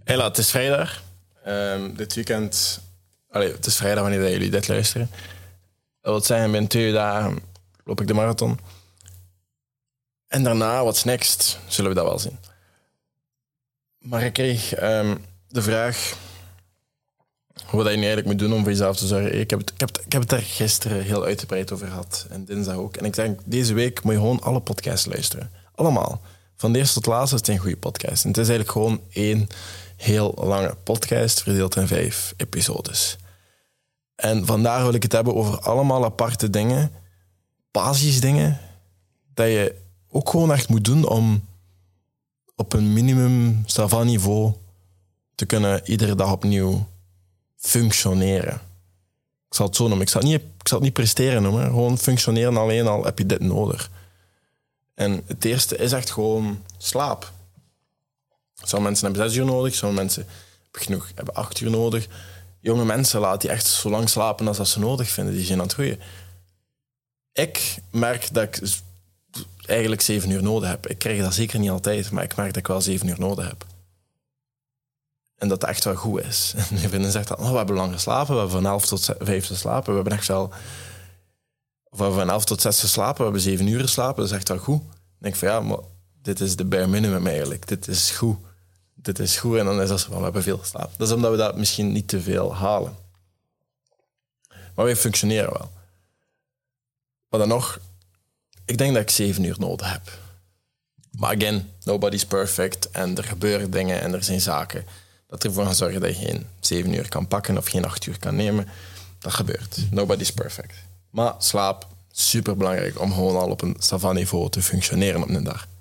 Hela, het is vrijdag. Dit weekend... het is vrijdag wanneer jullie dit luisteren. Dat wil zeggen, binnen 2 dagen loop ik de marathon. En daarna, what's next, zullen we dat wel zien. Maar ik kreeg de vraag... wat je nu eigenlijk moet doen om voor jezelf te zorgen. Ik heb het daar gisteren heel uitgebreid over gehad. En dinsdag ook. En ik denk, deze week moet je gewoon alle podcasts luisteren. Allemaal. Van de eerste tot laatste is het een goede podcast. En het is eigenlijk gewoon 1 heel lange podcast, verdeeld in 5 episodes. En vandaag wil ik het hebben over allemaal aparte dingen, basisdingen, dat je ook gewoon echt moet doen om op een minimum savant niveau te kunnen iedere dag opnieuw functioneren. Ik zal het zo noemen. Ik zal het niet presteren noemen. Gewoon functioneren alleen al heb je dit nodig. En het eerste is echt gewoon slaap. Sommige mensen hebben 6 uur nodig, sommige mensen hebben 8 uur nodig. Jonge mensen laten die echt zo lang slapen als dat ze nodig vinden. Die zijn aan het groeien. Ik merk dat ik eigenlijk 7 uur nodig heb. Ik krijg dat zeker niet altijd, maar ik merk dat ik wel 7 uur nodig heb. En dat echt wel goed is. En mijn vriendin zegt dat, we hebben lang geslapen, we hebben van 11 tot 5 geslapen, we hebben echt wel... Of we hebben van 11 tot 6 geslapen, we hebben 7 uur geslapen, dat is echt wel goed. Dan denk ik van ja, maar dit is de bare minimum eigenlijk. Dit is goed. Dit is goed en dan is dat zo van, we hebben veel geslapen. Dat is omdat we dat misschien niet te veel halen. Maar wij functioneren wel. Maar dan nog, ik denk dat ik 7 uur nodig heb. Maar again, nobody's perfect en er gebeuren dingen en er zijn zaken dat ervoor gaan zorgen dat je geen 7 uur kan pakken of geen 8 uur kan nemen. Dat gebeurt. Nobody's perfect. Maar slaap, superbelangrijk om gewoon al op een savant niveau te functioneren op een dag.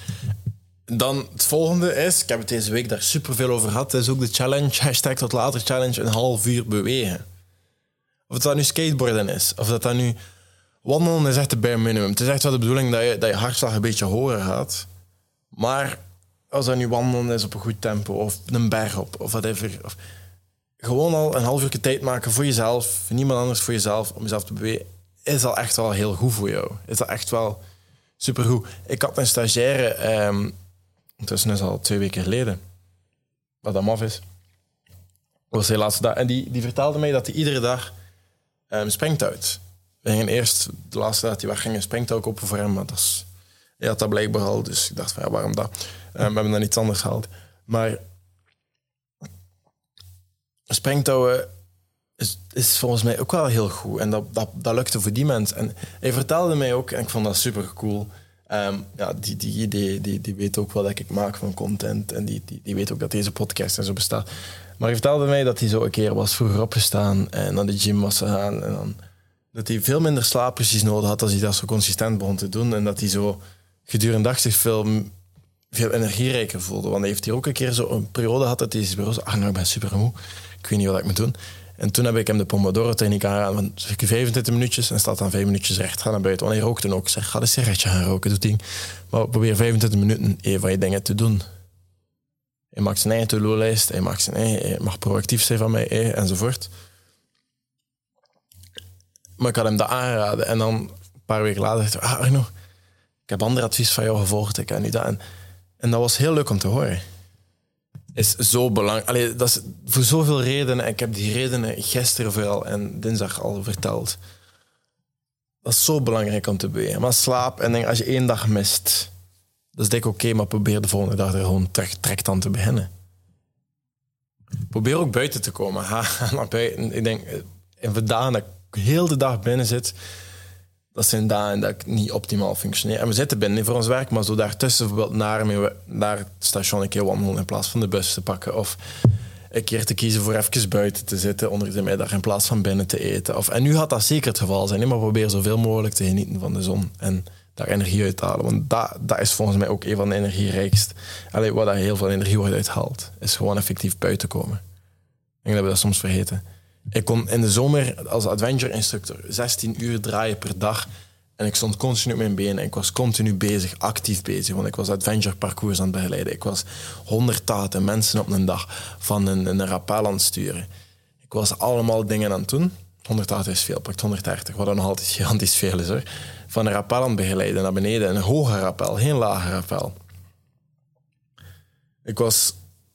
Dan het volgende is, ik heb het deze week daar superveel over gehad, is ook de challenge, #TotLater challenge, 1,5 uur bewegen. Of dat nu skateboarden is, of dat nu wandelen is echt de bare minimum. Het is echt wel de bedoeling dat je hartslag een beetje hoger gaat. Maar als dat nu wandelen is op een goed tempo, of een berg op, of whatever, of gewoon al 1,5 uur tijd maken voor jezelf, voor niemand anders, voor jezelf, om jezelf te bewegen, is al echt wel heel goed voor jou. Is dat echt wel supergoed. Ik had een stagiaire, intussen is al 2 weken geleden, wat dat maf is. Dat was de laatste dag. En die vertelde mij dat hij iedere dag springtouwt. We gingen eerst, de laatste dag die we gingen springtouw kopen voor hem, maar hij had dat blijkbaar al, dus ik dacht van ja, waarom dat? We hebben dan iets anders gehaald. Maar springtouwen is volgens mij ook wel heel goed. En dat lukte voor die mensen. En hij vertelde mij ook, en ik vond dat super cool. Die weet ook wat ik maak van content. En die weet ook dat deze podcast en zo bestaat. Maar hij vertelde mij dat hij zo een keer was vroeger opgestaan en naar de gym was gegaan. En dan, dat hij veel minder slaap precies nodig had als hij dat zo consistent begon te doen. En dat hij zo gedurende dag zich veel energierijker voelde. Want hij heeft hier ook een keer zo een periode gehad dat hij bureau zei, nou, ik ben super moe. Ik weet niet wat ik moet doen. En toen heb ik hem de Pomodoro-techniek aangedaan. Van 25 minuutjes en staat dan 5 minuutjes recht. Ga naar buiten. Want hij rookte ook. Ik zeg, ga een sigaretje gaan roken, doe ding. Maar probeer 25 minuten even van je dingen te doen. Hij maakt zijn eigen to-do-lijst. Hij mag proactief zijn van mij, enzovoort. Maar ik had hem dat aangeraden. En dan een paar weken later dacht ik, Arno, ik heb ander advies van jou gevolgd. Ik kan niet dat. En dat was heel leuk om te horen. Is zo belangrijk. Dat is voor zoveel redenen. En ik heb die redenen gisteren vooral en dinsdag al verteld. Dat is zo belangrijk om te bewegen. Maar slaap en denk, als je 1 dag mist, dat is denk ik oké, maar probeer de volgende dag er gewoon trekt aan te beginnen. Probeer ook buiten te komen. Ga naar buiten. Ik denk, in dagen dat ik heel de dag binnen zit, dat zijn dagen dat ik niet optimaal functioneer. En we zitten binnen voor ons werk, maar zo daartussen bijvoorbeeld naar het station een keer wandelen in plaats van de bus te pakken. Of een keer te kiezen voor even buiten te zitten onder de middag in plaats van binnen te eten. En nu gaat dat zeker het geval zijn, maar probeer zoveel mogelijk te genieten van de zon en daar energie uit te halen. Want dat is volgens mij ook een van de energierijkst. Waar daar heel veel energie wordt uitgehaald, is gewoon effectief buiten komen. Ik denk dat we dat soms vergeten. Ik kon in de zomer als adventure-instructor 16 uur draaien per dag. En ik stond continu op mijn benen. En ik was continu bezig, actief bezig. Want ik was adventure-parcours aan het begeleiden. Ik was 180 mensen op een dag van een rappel aan het sturen. Ik was allemaal dingen aan het doen. 180 is veel, pakt 130, wat dan nog altijd gigantisch veel is, hoor. Van een rappel aan het begeleiden naar beneden. Een hoger rappel, geen lager rappel. Ik was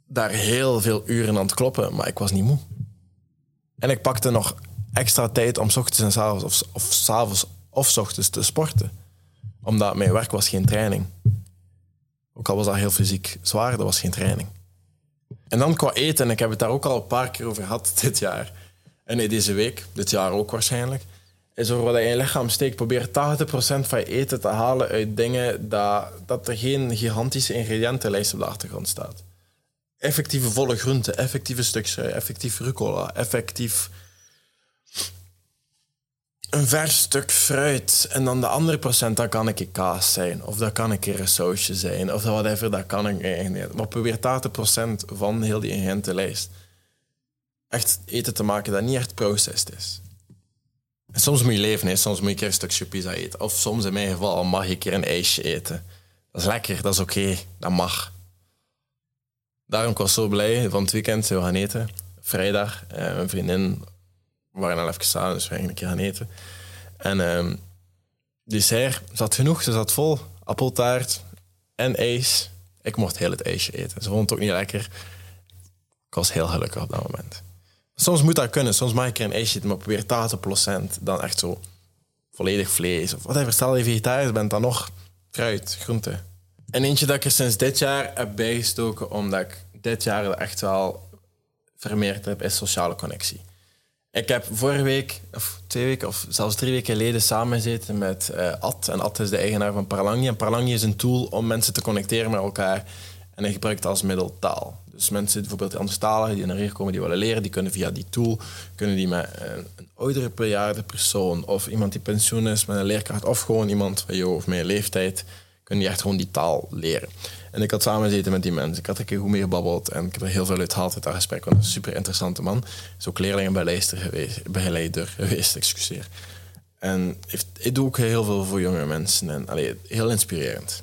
daar heel veel uren aan het kloppen, maar ik was niet moe. En ik pakte nog extra tijd om 's ochtends en 's avonds of 's avonds of 's ochtends te sporten. Omdat mijn werk was geen training. Ook al was dat heel fysiek zwaar, dat was geen training. En dan qua eten, en ik heb het daar ook al een paar keer over gehad dit jaar. En nee, deze week, dit jaar ook waarschijnlijk. Is over wat je in je lichaam steekt. Probeer 80% van je eten te halen uit dingen dat er geen gigantische ingrediëntenlijst op de achtergrond staat. Effectieve volle groenten, effectieve stukjes, effectief rucola, effectief een vers stuk fruit. En dan de andere procent, dat kan een keer kaas zijn. Of dat kan een keer een sausje zijn. Of whatever, dat kan een keer. Maar probeer 80% van heel die ingrediëntenlijst echt eten te maken dat niet echt processed is. En soms moet je leven, hè. Soms moet je een keer een stukje pizza eten. Of soms in mijn geval mag je een keer een ijsje eten. Dat is lekker, dat is oké, dat mag. Daarom was ik zo blij van het weekend, we gaan eten. Vrijdag, mijn vriendin, we waren al even samen, dus we gingen een keer gaan eten. En dessert zat genoeg, ze zat vol. Appeltaart en ijs. Ik mocht heel het ijsje eten. Ze vond het ook niet lekker. Ik was heel gelukkig op dat moment. Soms moet dat kunnen, soms mag ik er een ijsje eten, maar probeer 80% dan echt zo volledig vlees. Of whatever, stel je vegetarisch bent, dan nog fruit, groente. En eentje dat ik er sinds dit jaar heb bijgestoken, omdat ik dit jaar echt wel vermeerd heb, is sociale connectie. Ik heb vorige week, of 2 weken, of zelfs 3 weken geleden samengezeten met Ad. En Ad is de eigenaar van Parlangi. En Parlangi is een tool om mensen te connecteren met elkaar. En hij gebruikt als middel taal. Dus mensen, bijvoorbeeld anderstaligen die naar hier komen, die willen leren, die kunnen via die tool, kunnen die met een oudere bejaarde persoon of iemand die pensioen is met een leerkracht of gewoon iemand van jou of mijn leeftijd, kunnen die echt gewoon die taal leren. En ik had samengezeten met die mensen. Ik had een keer goed mee gebabbeld en ik heb er heel veel uit gehaald uit dat gesprek. Want een super interessante man. Is ook begeleider geweest, excuseer. En hij doet ook heel veel voor jonge mensen. En heel inspirerend.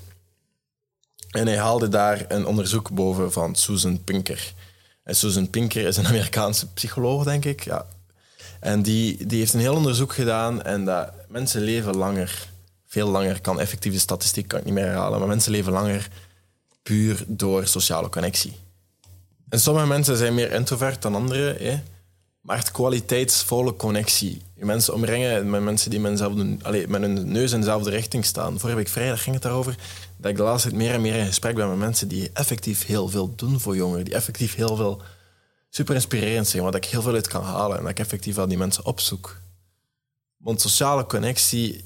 En hij haalde daar een onderzoek boven van Susan Pinker. En Susan Pinker is een Amerikaanse psycholoog, denk ik. Ja. En die heeft een heel onderzoek gedaan en dat mensen leven langer. Veel langer, kan effectief de statistiek kan ik niet meer herhalen, maar mensen leven langer puur door sociale connectie. En sommige mensen zijn meer introvert dan anderen, hè? Maar echt kwaliteitsvolle connectie. Je mensen omringen met mensen die met hun neus in dezelfde richting staan. Vorige week vrijdag ging het daarover dat ik de laatste tijd meer en meer in gesprek ben met mensen die effectief heel veel doen voor jongeren, die effectief heel veel super inspirerend zijn, waar ik heel veel uit kan halen en dat ik effectief al die mensen opzoek. Want sociale connectie,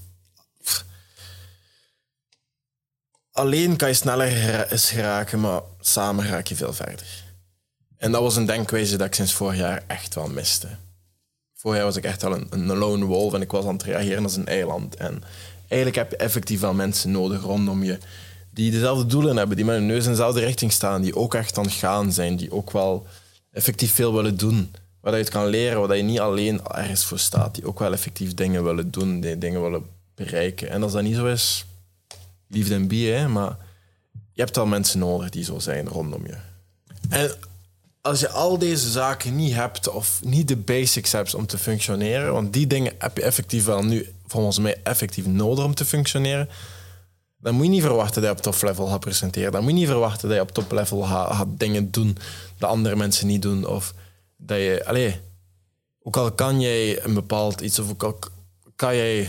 alleen kan je sneller geraken, maar samen raak je veel verder. En dat was een denkwijze dat ik sinds vorig jaar echt wel miste. Vorig jaar was ik echt wel een lone wolf en ik was aan het reageren als een eiland. En eigenlijk heb je effectief wel mensen nodig rondom je die dezelfde doelen hebben, die met hun neus in dezelfde richting staan, die ook echt aan het gaan zijn, die ook wel effectief veel willen doen. Waar je het kan leren, waar je niet alleen ergens voor staat, die ook wel effectief dingen willen doen, die dingen willen bereiken. En als dat niet zo is, liefde en bier, hè, maar je hebt wel mensen nodig die zo zijn rondom je. En als je al deze zaken niet hebt of niet de basics hebt om te functioneren, want die dingen heb je effectief wel nu volgens mij effectief nodig om te functioneren, dan moet je niet verwachten dat je op toplevel gaat presenteren. Dan moet je niet verwachten dat je op toplevel gaat dingen doen dat andere mensen niet doen. Of dat je, ook al kan jij een bepaald iets, of ook al kan jij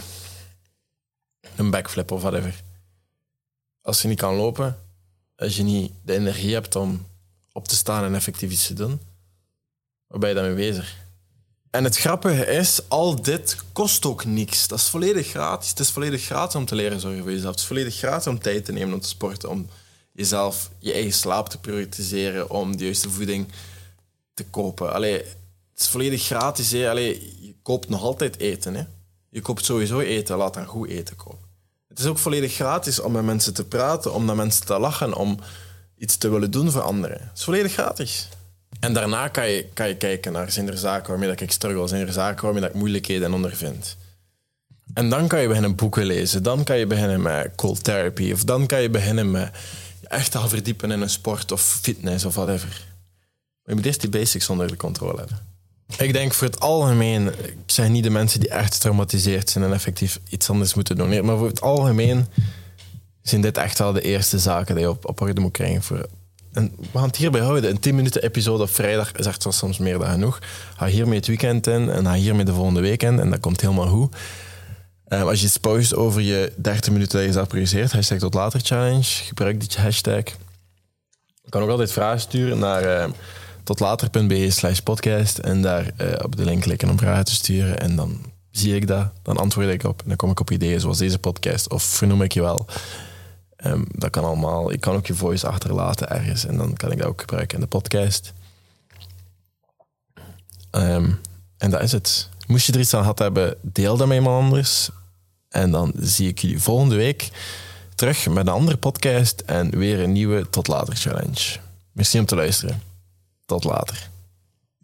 een backflip of whatever. Als je niet kan lopen, als je niet de energie hebt om op te staan en effectief iets te doen, waar ben je dan mee bezig? En het grappige is, al dit kost ook niks. Dat is volledig gratis. Het is volledig gratis om te leren zorgen voor jezelf. Het is volledig gratis om tijd te nemen om te sporten, om jezelf, je eigen slaap te prioritiseren, om de juiste voeding te kopen. Het is volledig gratis. Hè. Je koopt nog altijd eten. Hè. Je koopt sowieso eten, laat dan goed eten kopen. Het is ook volledig gratis om met mensen te praten, om naar mensen te lachen, om iets te willen doen voor anderen. Het is volledig gratis. En daarna kan je kijken naar, zijn er zaken waarmee dat ik struggle, zijn er zaken waarmee dat ik moeilijkheden ondervind. En dan kan je beginnen boeken lezen, dan kan je beginnen met cold therapy, of dan kan je beginnen met je echt te gaan verdiepen in een sport of fitness of whatever. Maar je moet eerst die basics onder de controle hebben. Ik denk voor het algemeen, ik zeg niet de mensen die echt getraumatiseerd zijn en effectief iets anders moeten doen, maar voor het algemeen zijn dit echt wel de eerste zaken die je op orde moet krijgen voor En we gaan het hierbij houden. Een 10 minuten episode op vrijdag is echt wel soms meer dan genoeg. Ga hiermee het weekend in en ga hiermee de volgende week in. En dat komt helemaal goed. Als je iets post over je 30 minuten dat je zelf produceert, #totlaterchallenge, gebruik die hashtag. Je kan ook altijd vragen sturen naar totlater.be/podcast en daar op de link klikken om vragen te sturen. En dan zie ik dat, dan antwoord ik op en dan kom ik op ideeën zoals deze podcast of vernoem ik je wel. Dat kan allemaal. Ik kan ook je voice achterlaten ergens en dan kan ik dat ook gebruiken in de podcast. En dat is het. Moest je er iets aan gehad hebben, deel dat met iemand anders. En dan zie ik jullie volgende week terug met een andere podcast en weer een nieuwe Tot Later Challenge. Merci om te luisteren. Tot later.